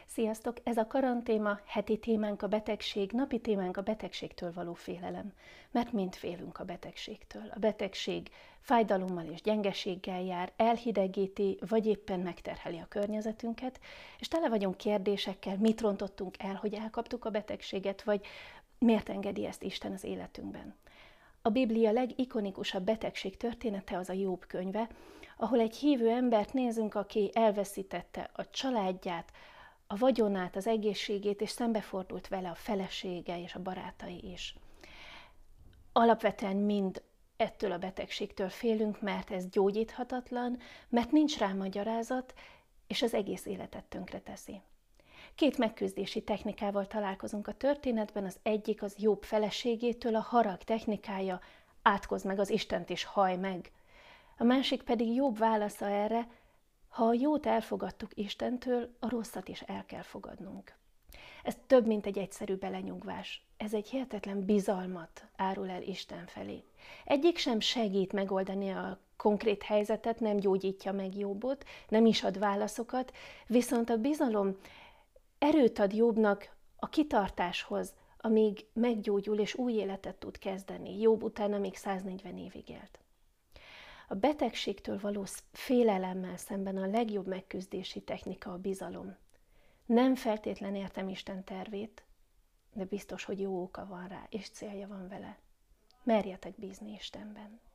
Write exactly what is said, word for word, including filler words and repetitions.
Sziasztok! Ez a karantéma, heti témánk a betegség, napi témánk a betegségtől való félelem. Mert mind félünk a betegségtől. A betegség fájdalommal és gyengeséggel jár, elhidegíti, vagy éppen megterheli a környezetünket, és tele vagyunk kérdésekkel, mit rontottunk el, hogy elkaptuk a betegséget, vagy miért engedi ezt Isten az életünkben. A Biblia legikonikusabb betegség története az a Jobb könyve, ahol egy hívő embert nézünk, aki elveszítette a családját, a vagyonát, az egészségét, és szembefordult vele a felesége és a barátai is. Alapvetően mind ettől a betegségtől félünk, mert ez gyógyíthatatlan, mert nincs rá magyarázat, és az egész életet tönkreteszi. Két megküzdési technikával találkozunk a történetben, az egyik az Jobb feleségétől a harag technikája, átkozd meg az Istent és hajj meg. A másik pedig Jobb válasza erre, ha a jót elfogadtuk Istentől, a rosszat is el kell fogadnunk. Ez több, mint egy egyszerű belenyugvás. Ez egy hihetetlen bizalmat árul el Isten felé. Egyik sem segít megoldani a konkrét helyzetet, nem gyógyítja meg Jobbot, nem is ad válaszokat, viszont a bizalom erőt ad Jobbnak a kitartáshoz, amíg meggyógyul és új életet tud kezdeni. Jobb utána még száznegyven évig élt. A betegségtől való félelemmel szemben a legjobb megküzdési technika a bizalom. Nem feltétlen értem Isten tervét, de biztos, hogy jó oka van rá, és célja van vele. Merjetek bízni Istenben.